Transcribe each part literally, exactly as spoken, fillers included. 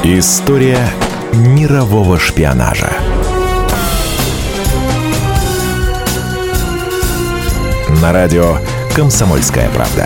История мирового шпионажа. На радио «Комсомольская правда».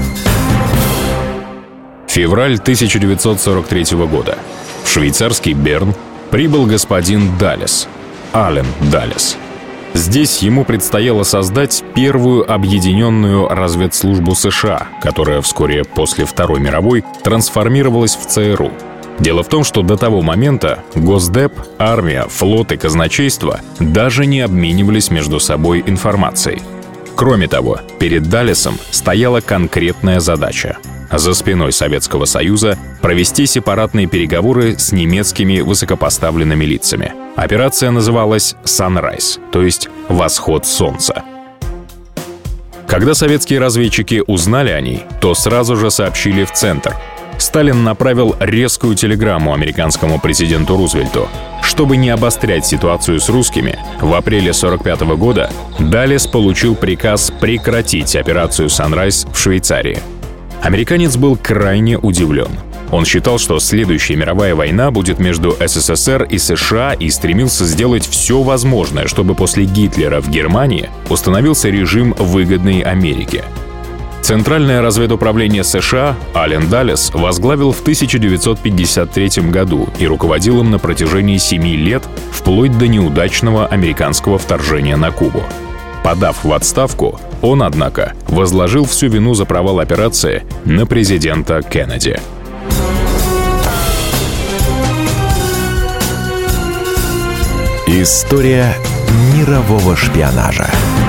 Февраль тысяча девятьсот сорок третьего года. В швейцарский Берн прибыл господин Даллес, Аллен Даллес. Здесь ему предстояло создать первую объединенную разведслужбу США, которая вскоре после Второй мировой трансформировалась в ЦРУ. Дело в том, что до того момента Госдеп, армия, флот и казначейство даже не обменивались между собой информацией. Кроме того, перед Даллесом стояла конкретная задача — за спиной Советского Союза провести сепаратные переговоры с немецкими высокопоставленными лицами. Операция называлась «Sunrise», то есть «Восход солнца». Когда советские разведчики узнали о ней, то сразу же сообщили в Центр. Сталин направил резкую телеграмму американскому президенту Рузвельту. Чтобы не обострять ситуацию с русскими, в апреле сорок пятого года Даллес получил приказ прекратить операцию «Sunrise» в Швейцарии. Американец был крайне удивлен. Он считал, что следующая мировая война будет между СССР и США, и стремился сделать все возможное, чтобы после Гитлера в Германии установился режим, выгодный Америке. Центральное разведуправление США Аллен Даллес возглавил в тысяча девятьсот пятьдесят третьем году и руководил им на протяжении семи лет, вплоть до неудачного американского вторжения на Кубу. Подав в отставку, он, однако, возложил всю вину за провал операции на президента Кеннеди. История мирового шпионажа.